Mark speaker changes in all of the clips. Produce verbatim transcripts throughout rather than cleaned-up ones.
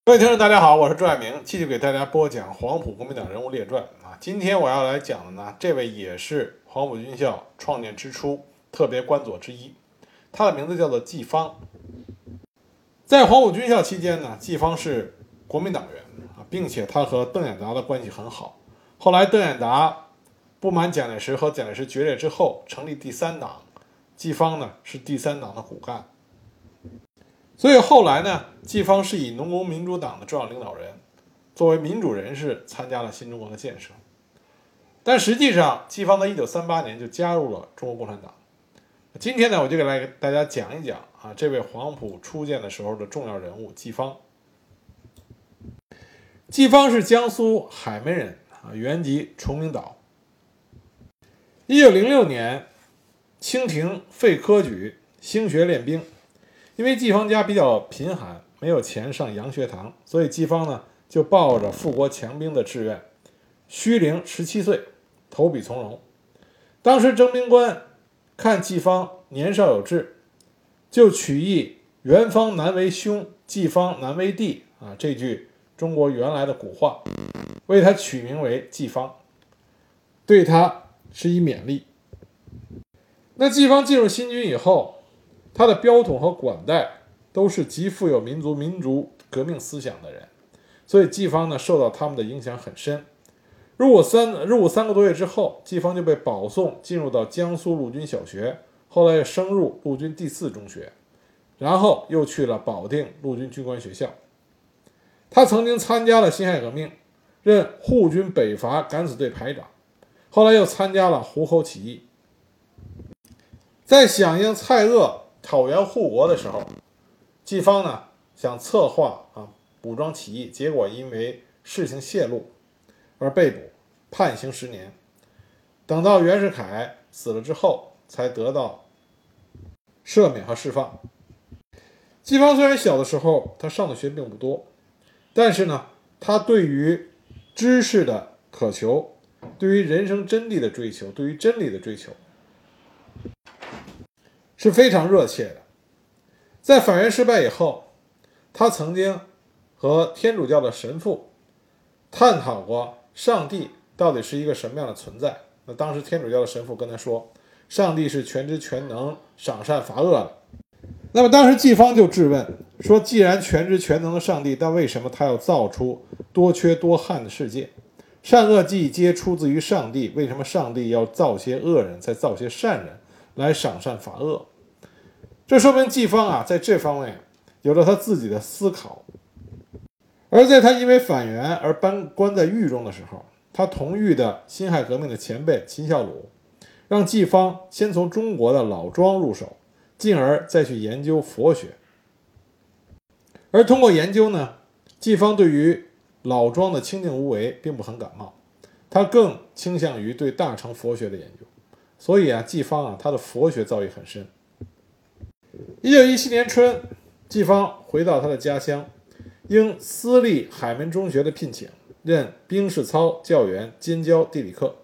Speaker 1: 各位听众大家好，我是朱爱明，继续给大家播讲黄埔国民党人物列传啊。今天我要来讲的呢，这位也是黄埔军校创建之初特别官佐之一，他的名字叫做季方。在黄埔军校期间呢，季方是国民党员啊，并且他和邓演达的关系很好。后来邓演达不满蒋介石和蒋介石决裂之后，成立第三党，季方呢是第三党的骨干。所以后来呢，季方是以农工民主党的重要领导人，作为民主人士参加了新中国的建设。但实际上，季方在一九三八年就加入了中国共产党。今天呢，我就给来给大家讲一讲啊，这位黄埔初建的时候的重要人物季方。季方是江苏海门人啊，原籍崇明岛。一九零六年，清廷废科举，兴学练兵。因为季方家比较贫寒，没有钱上洋学堂，所以季方呢就抱着富国强兵的志愿，虚龄十七岁，投笔从戎。当时征兵官看季方年少有志，就取义“元方难为兄，季方难为弟”啊这句中国原来的古话，为他取名为季方，对他施以勉励。那季方进入新军以后，他的标统和管带都是极富有民族民族革命思想的人，所以季方呢受到他们的影响很深。入伍三入伍三个多月之后，季方就被保送进入到江苏陆军小学，后来又升入陆军第四中学，然后又去了保定陆军军官学校。他曾经参加了辛亥革命，任沪军北伐敢死队排长，后来又参加了湖口起义。在响应蔡锷讨袁护国的时候，季方呢想策划啊武装起义，结果因为事情泄露而被捕，判刑十年。等到袁世凯死了之后，才得到赦免和释放。季方虽然小的时候他上的学并不多，但是呢，他对于知识的渴求，对于人生真谛的追求，对于真理的追求，是非常热切的。在反袁失败以后，他曾经和天主教的神父探讨过上帝到底是一个什么样的存在。那当时天主教的神父跟他说，上帝是全知全能，赏善罚恶的。那么当时季方就质问说，既然全知全能的上帝，但为什么他要造出多缺多憾的世界？善恶既皆出自于上帝，为什么上帝要造些恶人，再造些善人来赏善罚恶？这说明季方啊，在这方面有着他自己的思考。而在他因为反袁而班关在狱中的时候，他同狱的辛亥革命的前辈秦孝鲁，让季方先从中国的老庄入手，进而再去研究佛学。而通过研究呢，季方对于老庄的清净无为并不很感冒，他更倾向于对大乘佛学的研究。所以啊，季方啊，他的佛学造诣很深。一九一七年春，季方回到他的家乡，应私立海门中学的聘请，任兵士操教员，兼教地理课。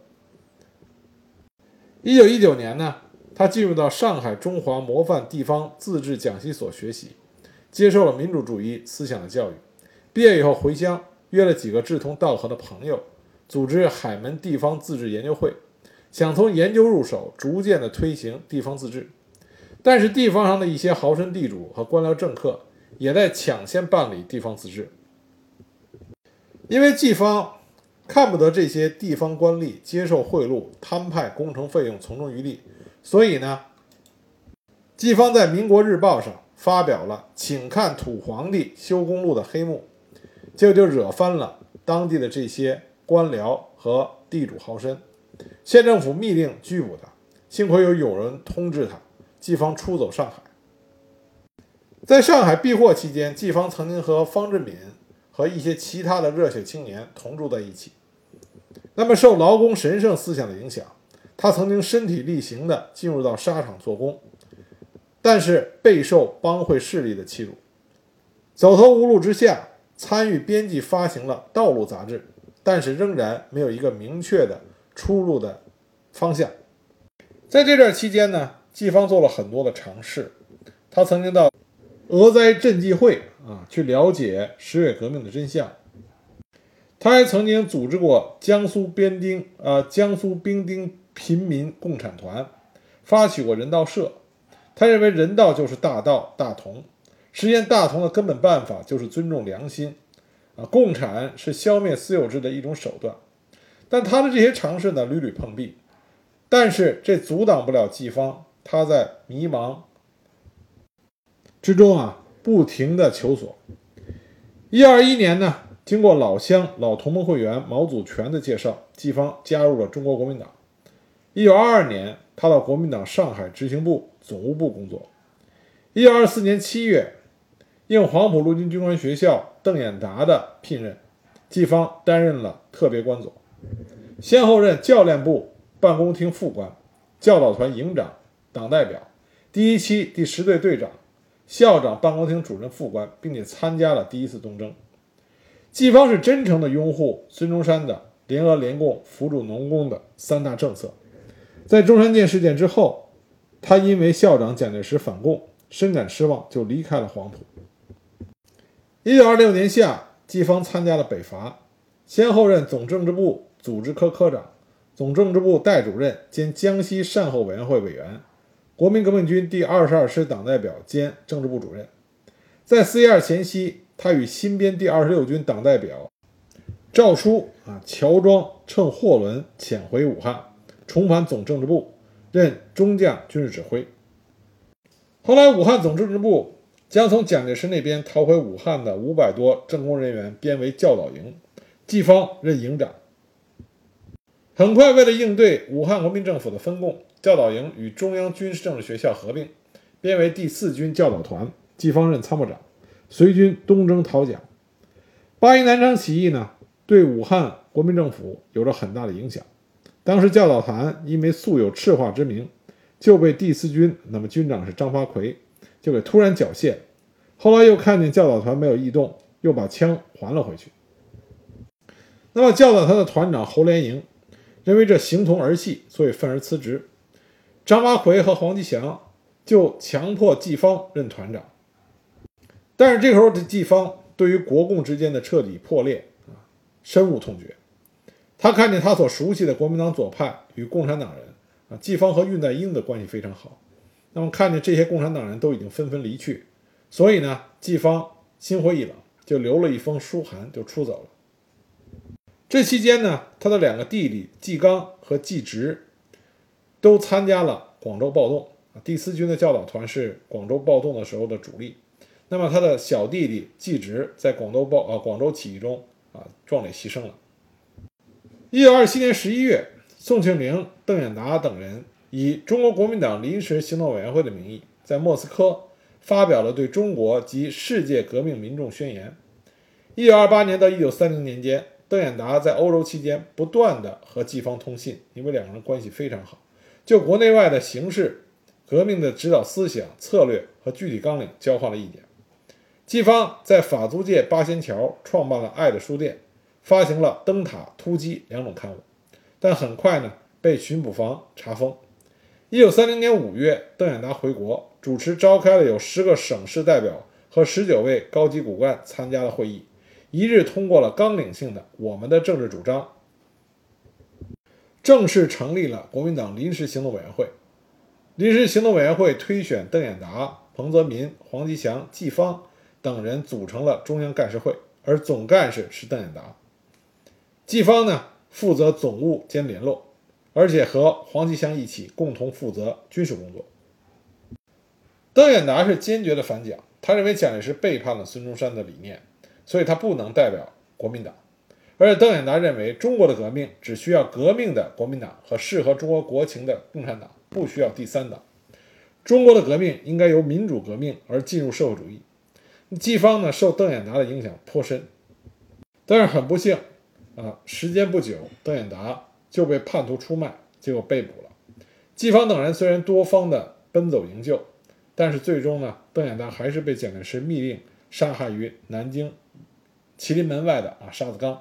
Speaker 1: 一九一九年呢，他进入到上海中华模范地方自治讲习所学习，接受了民主主义思想的教育。毕业以后回乡，约了几个志同道合的朋友，组织海门地方自治研究会，想从研究入手，逐渐的推行地方自治。但是地方上的一些豪绅地主和官僚政客也在抢先办理地方自治。因为季方看不得这些地方官吏接受贿赂、摊派工程费用从中渔利，所以呢，季方在《民国日报》上发表了请看土皇帝修公路的黑幕，结果就惹翻了当地的这些官僚和地主豪绅。县政府密令拘捕他，幸亏有有人通知他，季方出走上海。在上海避祸期间，季方曾经和方志敏和一些其他的热血青年同住在一起。那么受劳工神圣思想的影响，他曾经身体力行地进入到沙场做工，但是备受帮会势力的欺辱。走投无路之下，参与编辑发行了《道路》杂志，但是仍然没有一个明确的出路的方向。在这段期间呢，季方做了很多的尝试。他曾经到俄灾赈济会啊，去了解十月革命的真相。他还曾经组织过江苏边丁呃江苏兵丁贫民共产团，发起过人道社。他认为人道就是大道大同，实现大同的根本办法就是尊重良心啊，共产是消灭私有制的一种手段。但他的这些尝试呢，屡屡碰壁，但是这阻挡不了季方他在迷茫之中啊，不停的求索。一九二一年呢，经过老乡老同盟会员毛祖全的介绍，季方加入了中国国民党。一九二二年，他到国民党上海执行部总务部工作。一九二四年七月，应黄埔陆军军官学校邓演达的聘任，季方担任了特别官佐，先后任教练部办公厅副官、教导团营长、党代表、第一期第十队队长、校长办公厅主任副官，并且参加了第一次东征。季方是真诚的拥护孙中山的联俄联共扶助农工的三大政策。在中山舰事件之后，他因为校长蒋介石反共深感失望，就离开了黄埔。一九二六年夏，季方参加了北伐，先后任总政治部组织科科长、总政治部代主任兼江西善后委员会委员、国民革命军第二十二师党代表兼政治部主任。在四一二前夕，他与新编第二十六军党代表赵书啊乔装乘货轮潜回武汉，重返总政治部，任中将军事指挥。后来武汉总政治部将从蒋介石那边逃回武汉的五百多政工人员编为教导营，季方任营长。很快，为了应对武汉国民政府的分共，教导营与中央军事政治学校合并，编为第四军教导团，季方任参谋长，随军东征讨蒋。八一南昌起义呢，对武汉国民政府有着很大的影响。当时教导团因为素有赤化之名，就被第四军，那么军长是张发奎，就给突然缴械。后来又看见教导团没有异动，又把枪还了回去。那么教导团的团长侯连营认为这形同儿戏，所以愤而辞职。张发奎和黄吉祥就强迫季方任团长。但是这时候的季方对于国共之间的彻底破裂啊，深恶痛绝。他看见他所熟悉的国民党左派与共产党人啊，季方和恽代英的关系非常好。那么看见这些共产党人都已经纷纷离去，所以呢，季方心灰意冷，就留了一封书函就出走了。这期间呢，他的两个弟弟季刚和季直都参加了广州暴动，第四军的教导团是广州暴动的时候的主力。那么他的小弟弟季直在广州暴呃广州起义中啊壮烈牺牲了。一九二七年十一月，宋庆龄、邓演达等人以中国国民党临时行动委员会的名义，在莫斯科发表了对中国及世界革命民众宣言。一九二八年到一九三零年间，邓演达在欧洲期间不断的和季方通信，因为两个人关系非常好，就国内外的形势、革命的指导思想、策略和具体纲领交换了意见。季方在法租界八仙桥创办了爱的书店，发行了灯塔、突击两种刊物，但很快呢被巡捕房查封。一九三零年五月，邓演达回国，主持召开了有十个省市代表和十九位高级骨干参加的会议，一致通过了纲领性的我们的政治主张，正式成立了国民党临时行动委员会。临时行动委员会推选邓演达、彭泽民、黄吉祥、季方等人组成了中央干事会，而总干事是邓演达。季方呢负责总务兼联络，而且和黄吉祥一起共同负责军事工作。邓演达是坚决的反蒋，他认为蒋介石背叛了孙中山的理念，所以他不能代表国民党。而且邓演达认为中国的革命只需要革命的国民党和适合中国国情的共产党，不需要第三党。中国的革命应该由民主革命而进入社会主义。季方呢受邓演达的影响颇深，但是很不幸啊，时间不久，邓演达就被叛徒出卖，结果被捕了。季方等人虽然多方的奔走营救，但是最终呢，邓演达还是被蒋介石密令杀害于南京麒麟门外的啊沙子岗。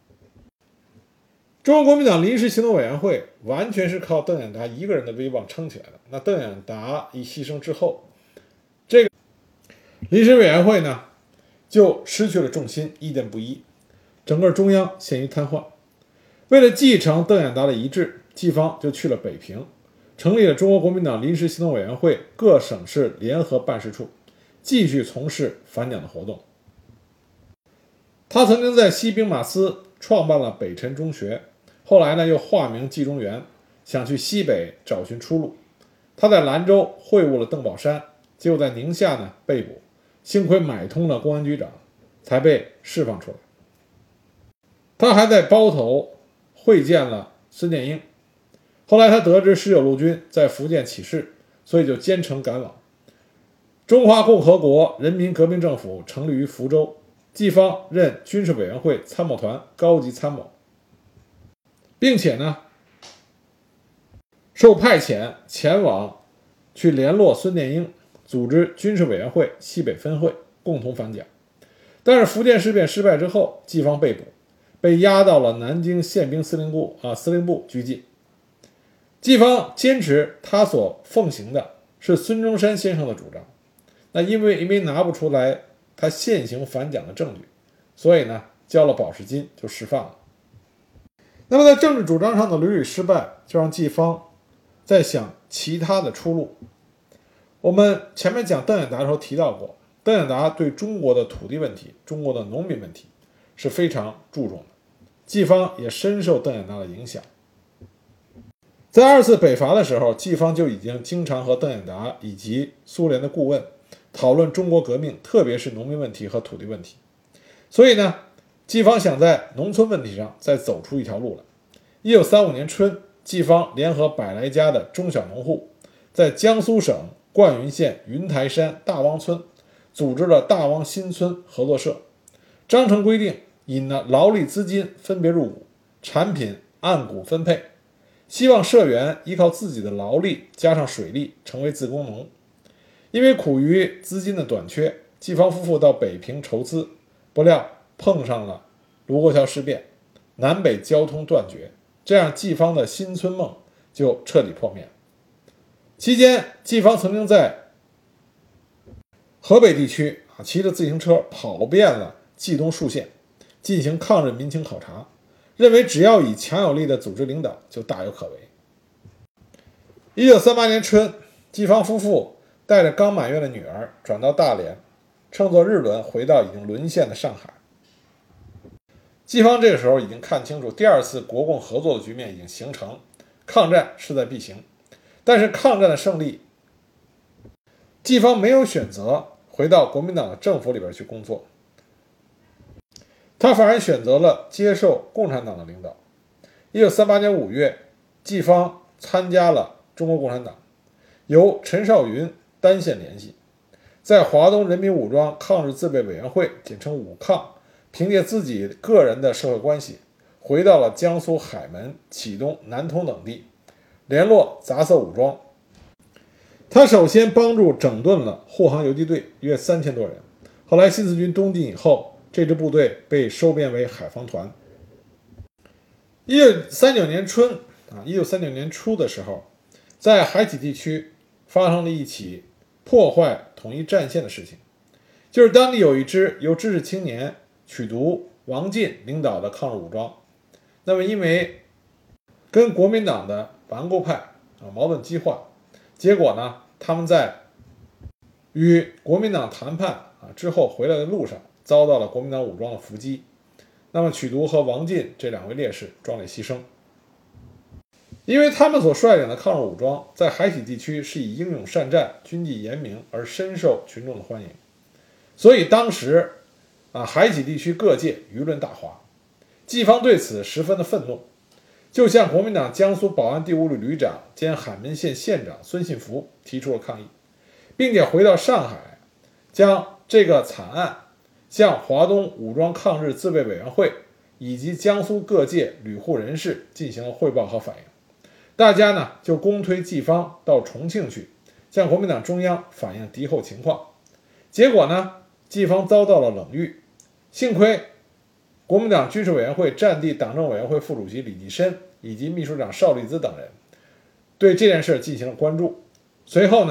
Speaker 1: 中国国民党临时行动委员会完全是靠邓演达一个人的威望撑起来的。那邓演达一牺牲之后，这个临时委员会呢就失去了重心，意见不一，整个中央陷于瘫痪。为了继承邓演达的遗志，季方就去了北平，成立了中国国民党临时行动委员会各省市联合办事处，继续从事反蒋的活动。他曾经在西兵马司创办了北辰中学，后来呢又化名季中原，想去西北找寻出路。他在兰州会晤了邓宝山，结果在宁夏呢被捕，幸亏买通了公安局长，才被释放出来。他还在包头会见了孙殿英，后来他得知十九路军在福建起事，所以就兼程赶往。中华共和国人民革命政府成立于福州，季方任军事委员会参谋团高级参谋，并且呢受派遣前往去联络孙殿英，组织军事委员会西北分会，共同反蒋。但是福建事变失败之后，季方被捕，被押到了南京宪兵司令部啊司令部拘禁。季方坚持他所奉行的是孙中山先生的主张，那因为因为拿不出来他现行反蒋的证据，所以呢交了保释金就释放了。那么在政治主张上的屡屡失败，就让季方在想其他的出路。我们前面讲邓演达的时候提到过，邓演达对中国的土地问题、中国的农民问题是非常注重的，季方也深受邓演达的影响。在二次北伐的时候，季方就已经经常和邓演达以及苏联的顾问讨论中国革命，特别是农民问题和土地问题。所以呢，季方想在农村问题上再走出一条路来。一九三五年春，季方联合百来家的中小农户，在江苏省灌云县云台山大汪村组织了大汪新村合作社，章程规定以呢劳力资金分别入股，产品按股分配，希望社员依靠自己的劳力加上水利成为自工农。因为苦于资金的短缺，季方夫妇到北平筹资，不料碰上了卢沟桥事变，南北交通断绝，这样季方的新村梦就彻底破灭。期间，季方曾经在河北地区啊骑着自行车跑遍了冀东数县，进行抗日民情考察，认为只要以强有力的组织领导就大有可为。一九三八年春，季方夫妇带着刚满月的女儿转到大连，乘坐日轮回到已经沦陷的上海。季方这个时候已经看清楚第二次国共合作的局面已经形成，抗战势在必行。但是抗战的胜利，季方没有选择回到国民党的政府里边去工作，他反而选择了接受共产党的领导。一九三八年五月，季方参加了中国共产党，由陈绍云单线联系，在华东人民武装抗日自卫委员会简称武抗，凭借自己个人的社会关系，回到了江苏海门、启东、南通等地，联络杂色武装。他首先帮助整顿了护航游击队，约三千多人。后来新四军东进以后，这支部队被收编为海防团。一九三九年春啊，一九三九年初的时候，在海启地区发生了一起破坏统一战线的事情，就是当地有一支由知识青年曲独、王进领导的抗日武装，那么因为跟国民党的顽固派啊矛盾激化，结果呢，他们在与国民党谈判啊之后回来的路上，遭到了国民党武装的伏击。那么曲独和王进这两位烈士壮烈牺牲，因为他们所率领的抗日武装在海启地区是以英勇善战、军纪严明而深受群众的欢迎，所以当时啊海启地区各界舆论大哗。季方对此十分的愤怒，就向国民党江苏保安第五旅旅长兼海门县县长孙信福提出了抗议，并且回到上海，将这个惨案向华东武装抗日自卫委员会以及江苏各界旅户人士进行了汇报和反映。大家呢就公推季方到重庆去，向国民党中央反映敌后情况。结果呢，季方遭到了冷遇，幸亏国民党军事委员会战地党政委员会副主席李济深以及秘书长邵力滋等人对这件事进行了关注。随后呢，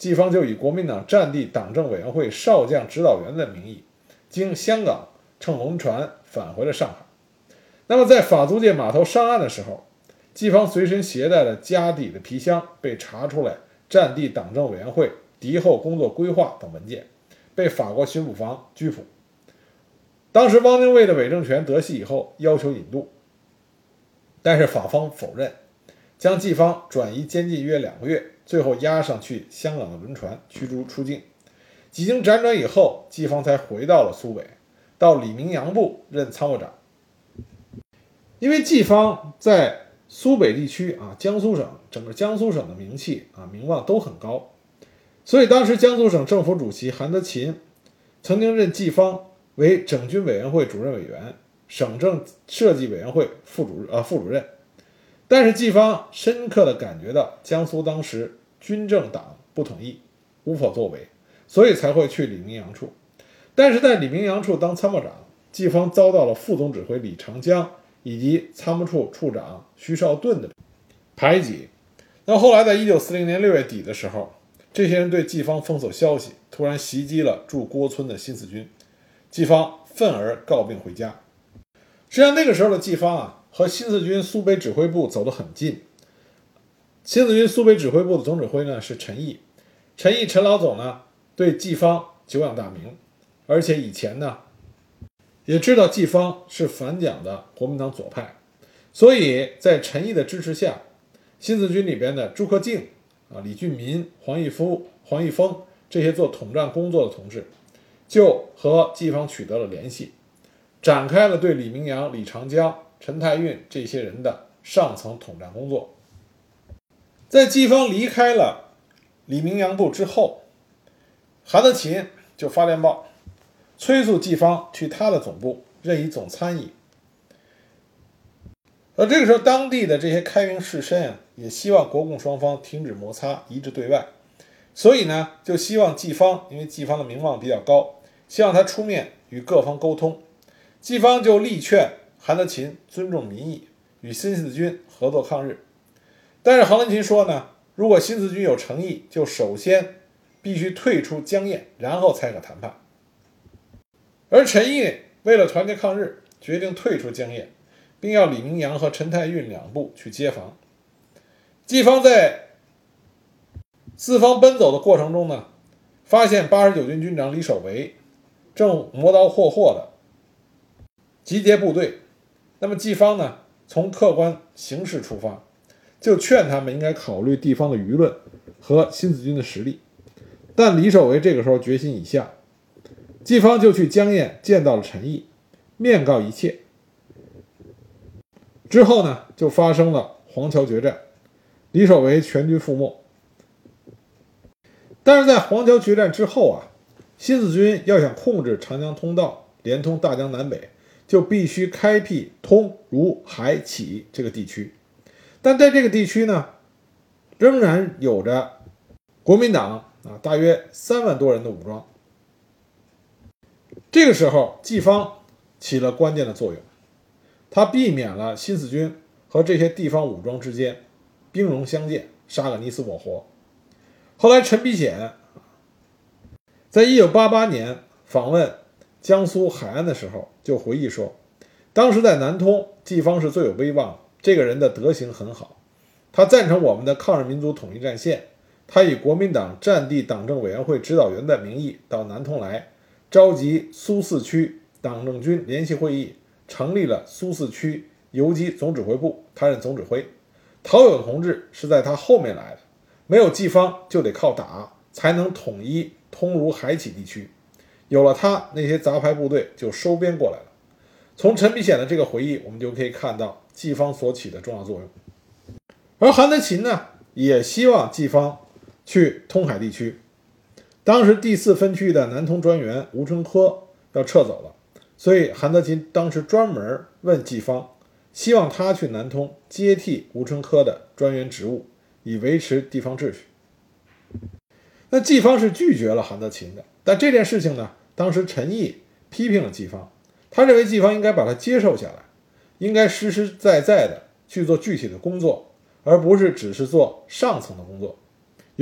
Speaker 1: 季方就以国民党战地党政委员会少将指导员的名义，经香港乘轮船返回了上海。那么在法租界码头上岸的时候，季方随身携带的家底的皮箱被查出来战地党政委员会敌后工作规划等文件，被法国巡捕房拘捕。当时汪精卫的伪政权得悉以后，要求引渡，但是法方否认，将季方转移监禁约两个月，最后押上去香港的轮船驱逐出境。几经辗转以后，季方才回到了苏北，到李明阳部任参谋长。因为季方在苏北地区啊，江苏省整个江苏省的名气啊名望都很高，所以当时江苏省政府主席韩德勤曾经任季方为整军委员会主任委员、省政设计委员会副主呃副主任。但是季方深刻地感觉到江苏当时军政党不统一，无法作为，所以才会去李明阳处。但是在李明阳处当参谋长，季方遭到了副总指挥李长江以及参谋处处长徐绍顿的排挤。那后来在一九四零年六月底的时候，这些人对季方封锁消息，突然袭击了驻郭村的新四军，季方愤而告病回家。实际上那个时候的季方啊，和新四军苏北指挥部走得很近。新四军苏北指挥部的总指挥呢是陈毅，陈毅陈老总呢对季方久仰大名，而且以前呢也知道季方是反蒋的国民党左派，所以在陈毅的支持下，新四军里边的朱克敬啊、李俊民、黄义夫、黄义峰这些做统战工作的同志，就和季方取得了联系，展开了对李明阳、李长江、陈太运这些人的上层统战工作。在季方离开了李明阳部之后，韩德勤就发电报催促季方去他的总部任以总参议。而这个时候，当地的这些开明士绅啊，也希望国共双方停止摩擦，一致对外，所以呢，就希望季方，因为季方的名望比较高，希望他出面与各方沟通。季方就力劝韩德勤尊重民意，与新四军合作抗日。但是韩德勤说呢，如果新四军有诚意，就首先必须退出江堰，然后才可谈判。而陈毅为了团结抗日，决定退出江堰，并要李明阳和陈太运两部去接防。季方在四方奔走的过程中呢，发现八十九军军长李守维正磨刀霍霍的集结部队。那么季方呢，从客观形势出发，就劝他们应该考虑地方的舆论和新四军的实力。但李守维这个时候决心已下，季方就去江堰见到了陈毅，面告一切。之后呢，就发生了黄桥决战，李守维全军覆没。但是在黄桥决战之后啊，新四军要想控制长江通道，连通大江南北，就必须开辟通如海启这个地区。但在这个地区呢，仍然有着国民党啊大约三万多人的武装。这个时候，季方起了关键的作用，他避免了新四军和这些地方武装之间兵戎相见，杀个你死我活。后来陈必显在一九八八年访问江苏海安的时候就回忆说，当时在南通，季方是最有威望的，这个人的德行很好，他赞成我们的抗日民族统一战线，他以国民党战地党政委员会指导员的名义到南通来，召集苏四区党政军联席会议，成立了苏四区游击总指挥部，他任总指挥。陶友同志是在他后面来的，没有季方就得靠打，才能统一通如海启地区。有了他，那些杂牌部队就收编过来了。从陈必显的这个回忆，我们就可以看到季方所起的重要作用。而韩德勤呢，也希望季方去通海地区。当时第四分区的南通专员吴春科要撤走了，所以韩德勤当时专门问季方，希望他去南通接替吴春科的专员职务，以维持地方秩序。那季方是拒绝了韩德勤的，但这件事情呢，当时陈毅批评了季方，他认为季方应该把它接受下来，应该实实在在的去做具体的工作，而不是只是做上层的工作。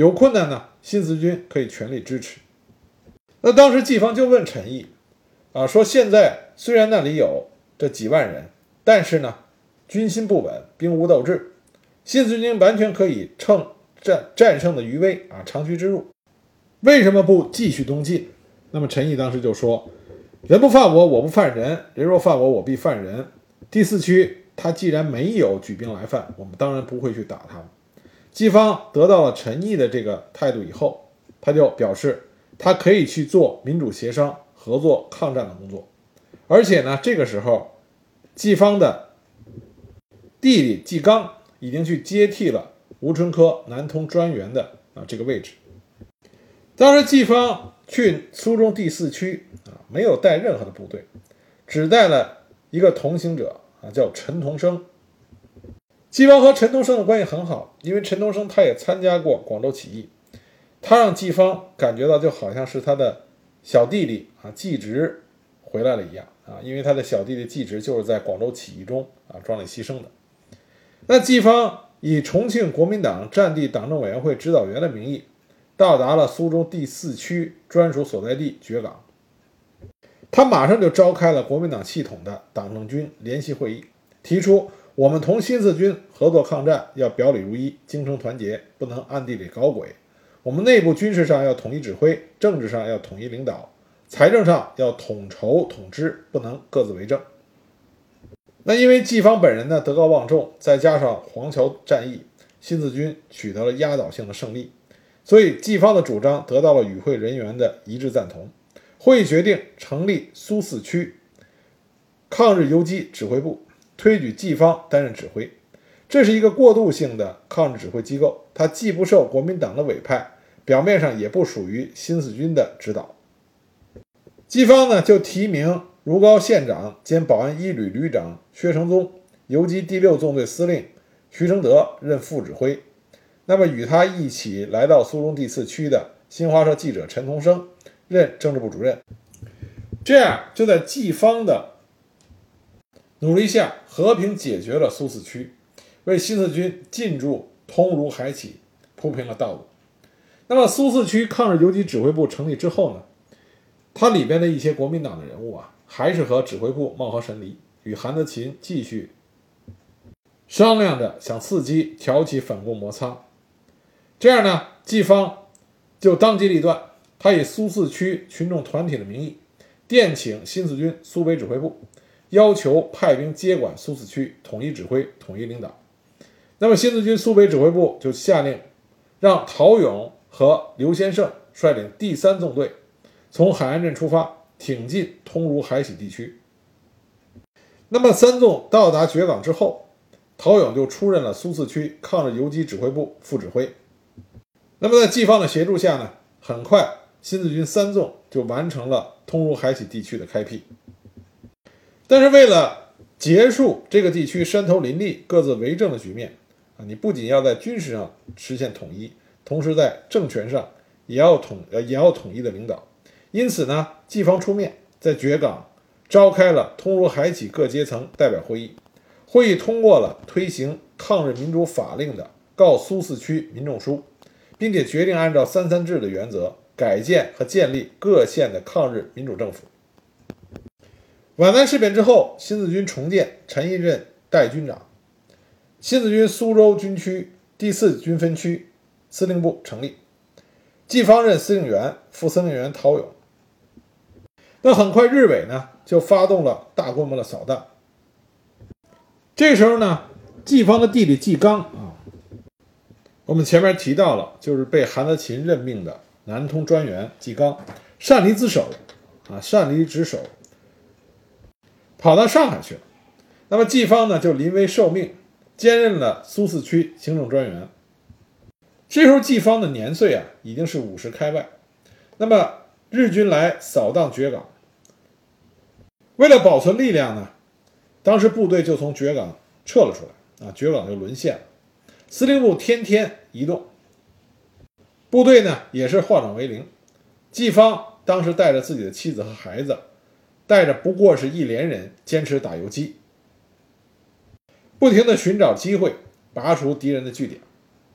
Speaker 1: 有困难呢，新四军可以全力支持。那当时季方就问陈毅啊，说现在虽然那里有这几万人，但是呢军心不稳，兵无斗志，新四军完全可以乘战战胜的余威啊，长驱直入，为什么不继续东进？那么陈毅当时就说，人不犯我，我不犯人，人若犯我，我必犯人。第四区他既然没有举兵来犯，我们当然不会去打他们。季方得到了陈毅的这个态度以后，他就表示他可以去做民主协商、合作抗战的工作。而且呢，这个时候季方的弟弟季刚已经去接替了吴春珂南通专员的啊这个位置。当时季方去苏中第四区啊，没有带任何的部队，只带了一个同行者啊，叫陈同生。季方和陈同生的关系很好，因为陈同生他也参加过广州起义，他让季方感觉到就好像是他的小弟弟啊季直回来了一样啊，因为他的小弟弟季直就是在广州起义中啊壮烈牺牲的。那季方以重庆国民党战地党政委员会指导员的名义，到达了苏中第四区专属所在地觉岗，他马上就召开了国民党系统的党政军联席会议，提出我们同新四军合作抗战要表里如一，精诚团结，不能暗地里搞鬼。我们内部军事上要统一指挥，政治上要统一领导，财政上要统筹统支，不能各自为政。那因为季方本人呢德高望重，再加上黄桥战役，新四军取得了压倒性的胜利，所以季方的主张得到了与会人员的一致赞同。会议决定成立苏四区抗日游击指挥部，推举季方担任指挥。这是一个过渡性的抗日指挥机构，它既不受国民党的委派，表面上也不属于新四军的指导。季方呢就提名如皋县长兼保安一旅旅长薛承宗，游击第六纵队司令徐承德任副指挥。那么与他一起来到苏中第四区的新华社记者陈同生任政治部主任。这样就在季方的努力下，和平解决了苏四区，为新四军进驻通儒海起铺平了道路。那么苏四区抗日游击指挥部成立之后呢，它里边的一些国民党的人物啊，还是和指挥部貌合神离，与韩德勤继续商量着想伺机挑起反共摩擦。这样呢，季方就当机立断，他以苏四区群众团体的名义电请新四军苏北指挥部，要求派兵接管苏四区，统一指挥，统一领导。那么新四军苏北指挥部就下令让陶勇和刘先胜率领第三纵队从海岸镇出发，挺进通儒海起地区。那么三纵到达觉岗之后，陶勇就出任了苏四区抗日游击指挥部副指挥。那么在季方的协助下呢，很快新四军三纵就完成了通儒海起地区的开辟。但是为了结束这个地区山头林立、各自为政的局面啊，你不仅要在军事上实现统一，同时在政权上也要统呃也要统一的领导。因此呢，季方出面在觉岗召开了通儒海起各阶层代表会议，会议通过了推行抗日民主法令的告苏四区民众书，并且决定按照三三制的原则改建和建立各县的抗日民主政府。皖南事变之后，新四军重建，陈毅任代军长，新四军苏州军区第四军分区司令部成立，季方任司令员，副司令员陶勇。那很快日伪呢就发动了大规模的扫荡。这时候呢，季方的弟弟季刚啊，我们前面提到了，就是被韩德勤任命的南通专员季刚，擅离职守啊，擅离职守，跑到上海去了。那么季方呢就临危受命，兼任了苏四区行政专员。这时候季方的年岁啊已经是五十开外。那么日军来扫荡觉岗，为了保存力量呢，当时部队就从觉岗撤了出来啊，觉岗就沦陷了。司令部天天移动，部队呢也是化整为零。季方当时带着自己的妻子和孩子，带着不过是一连人，坚持打游击，不停地寻找机会拔除敌人的据点。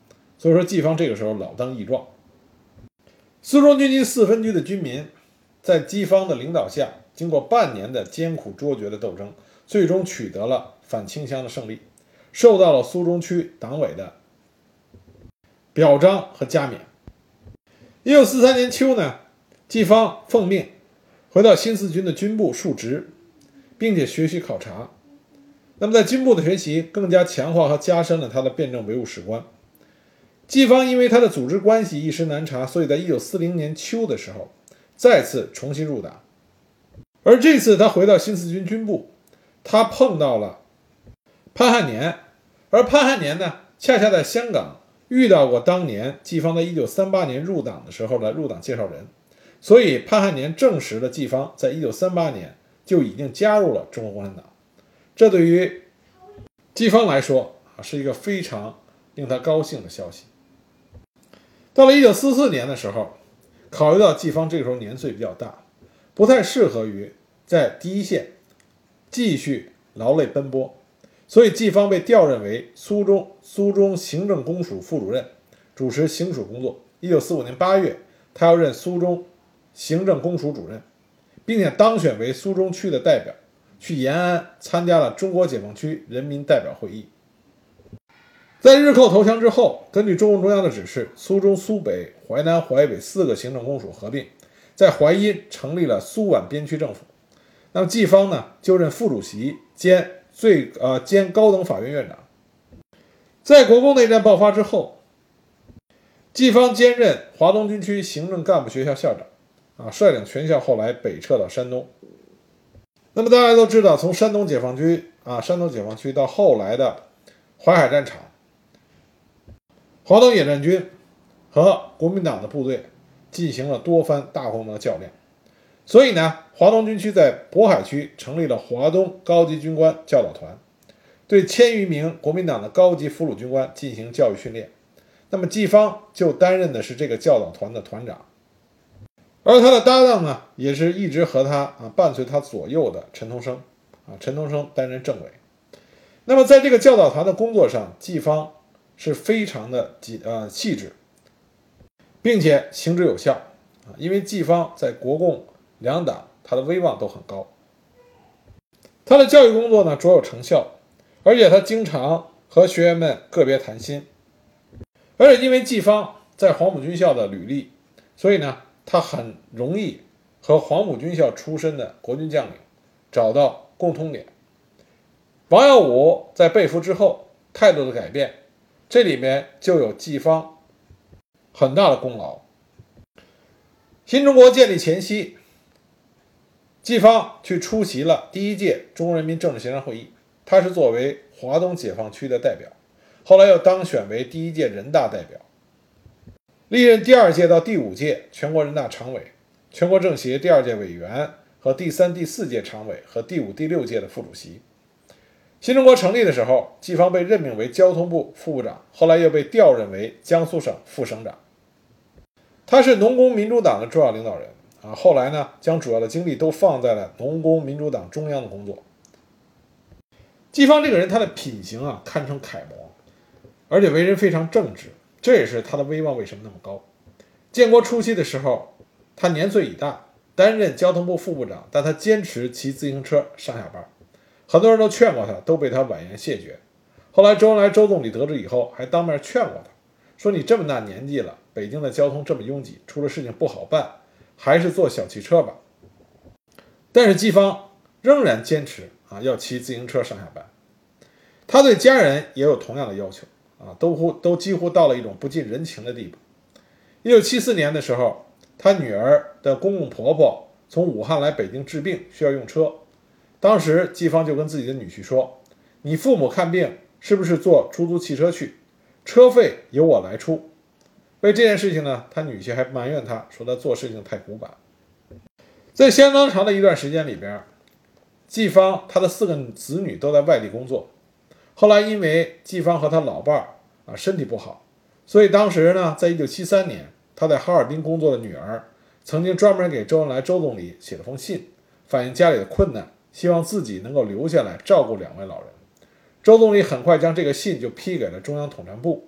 Speaker 1: 所以说季方这个时候老当益壮。苏中军区四分局的军民在季方的领导下，经过半年的艰苦卓绝的斗争，最终取得了反清乡的胜利，受到了苏中区党委的表彰和加冕。一九四三年秋呢，季方奉命回到新四军的军部述职，并且学习考察。那么在军部的学习更加强化和加深了他的辩证唯物史观。季方因为他的组织关系一时难察，所以在一九四零年秋的时候再次重新入党。而这次他回到新四军军部，他碰到了潘汉年，而潘汉年呢，恰恰在香港遇到过当年季方在一九三八年入党的时候的入党介绍人，所以潘汉年证实了季方在一九三八年就已经加入了中国共产党。这对于季方来说是一个非常令他高兴的消息。到了一九四四年的时候，考虑到季方这个时候年岁比较大，不太适合于在第一线继续劳累奔波，所以季方被调任为苏中苏中行政公署副主任，主持行署工作。一九四五年八月，他要任苏中行政公署主任，并且当选为苏中区的代表，去延安参加了中国解放区人民代表会议。在日寇投降之后，根据中共中央的指示，苏中、苏北、淮南、淮北四个行政公署合并，在淮阴成立了苏皖边区政府。那么季方呢，就任副主席兼最呃兼高等法院院长。在国共内战爆发之后，季方兼任华东军区行政干部学校校长，啊，率领全校后来北撤到山东。那么大家都知道，从山东解放区啊，山东解放区到后来的淮海战场，华东野战军和国民党的部队进行了多番大规模的较量，所以呢，华东军区在渤海区成立了华东高级军官教导团，对千余名国民党的高级俘虏军官进行教育训练。那么季方就担任的是这个教导团的团长，而他的搭档呢，也是一直和他啊伴随他左右的陈同生啊，陈同生担任政委。那么在这个教导团的工作上，季方是非常的呃细致，并且行之有效啊，因为季方在国共两党他的威望都很高，他的教育工作呢卓有成效，而且他经常和学员们个别谈心，而且因为季方在黄埔军校的履历，所以呢他很容易和黄埔军校出身的国军将领找到共通点。王耀武在被俘之后态度的改变，这里面就有季方很大的功劳。新中国建立前夕，季方去出席了第一届中国人民政治协商会议，他是作为华东解放区的代表，后来又当选为第一届人大代表，历任第二届到第五届全国人大常委、全国政协第二届委员和第三、第四届常委和第五、第六届的副主席。新中国成立的时候，季方被任命为交通部副部长，后来又被调任为江苏省副省长。他是农工民主党的重要领导人啊，后来呢，将主要的精力都放在了农工民主党中央的工作。季方这个人，他的品行啊，堪称楷模，而且为人非常正直，这也是他的威望为什么那么高。建国初期的时候，他年岁已大，担任交通部副部长，但他坚持骑自行车上下班。很多人都劝过他，都被他婉言谢绝。后来周恩来周总理得知以后，还当面劝过他，说你这么大年纪了，北京的交通这么拥挤，出了事情不好办，还是坐小汽车吧。但是季方仍然坚持啊，要骑自行车上下班。他对家人也有同样的要求啊，都乎都几乎到了一种不近人情的地步。一九七四年的时候，他女儿的公公婆婆从武汉来北京治病，需要用车。当时季方就跟自己的女婿说，你父母看病是不是坐出租汽车去，车费由我来出。为这件事情呢，他女婿还埋怨他，说他做事情太古板。在相当长的一段时间里边，季方他的四个子女都在外地工作。后来因为季方和他老伴儿啊身体不好，所以当时呢，在一九七三年，他在哈尔滨工作的女儿曾经专门给周恩来周总理写了封信，反映家里的困难，希望自己能够留下来照顾两位老人。周总理很快将这个信就批给了中央统战部，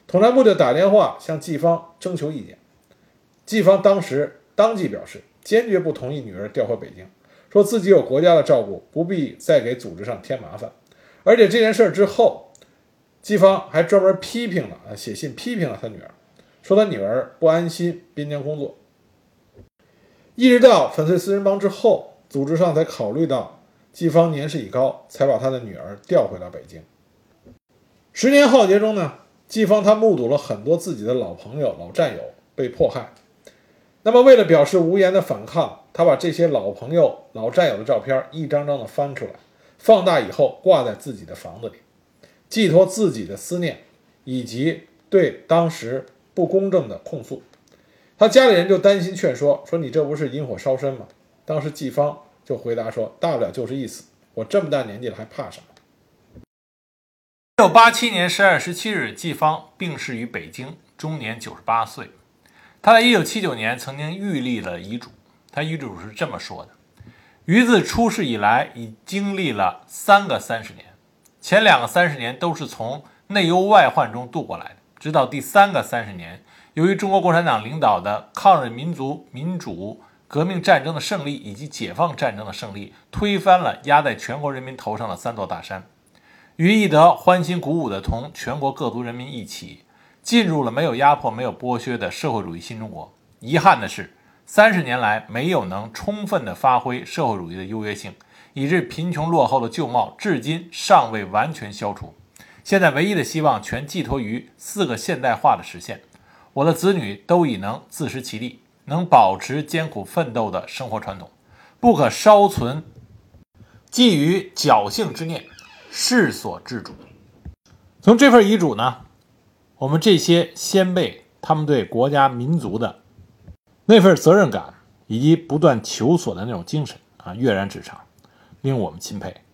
Speaker 1: 统战部就打电话向季方征求意见。季方当时当即表示坚决不同意女儿调回北京，说自己有国家的照顾，不必再给组织上添麻烦。而且这件事之后，季方还专门批评了写信批评了他女儿，说他女儿不安心边疆工作。一直到粉碎四人帮之后，组织上才考虑到季方年事已高，才把他的女儿调回到北京。十年浩劫中呢，季方他目睹了很多自己的老朋友老战友被迫害，那么为了表示无言的反抗，他把这些老朋友老战友的照片一张张的翻出来，放大以后挂在自己的房子里，寄托自己的思念以及对当时不公正的控诉。他家里人就担心劝说，说你这不是引火烧身吗？当时季方就回答说，大不了就是一死，我这么大年纪了还怕什么。
Speaker 2: 一九八七年十二月十七日，季方病逝于北京，终年九十八岁。他在一九七九年曾经预立了遗嘱，他遗嘱是这么说的：于自出世以来，已经历了三个三十年，前两个三十年都是从内忧外患中度过来的，直到第三个三十年，由于中国共产党领导的抗日民族民主革命战争的胜利以及解放战争的胜利，推翻了压在全国人民头上的三座大山。于义德欢欣鼓舞地同全国各族人民一起进入了没有压迫没有剥削的社会主义新中国。遗憾的是，三十年来没有能充分地发挥社会主义的优越性，以致贫穷落后的旧貌至今尚未完全消除。现在唯一的希望全寄托于四个现代化的实现。我的子女都已能自食其力，能保持艰苦奋斗的生活传统，不可稍存觊觎侥幸之念，世所自主。从这份遗嘱呢，我们这些先辈他们对国家民族的那份责任感以及不断求索的那种精神啊，跃然纸上，令我们钦佩。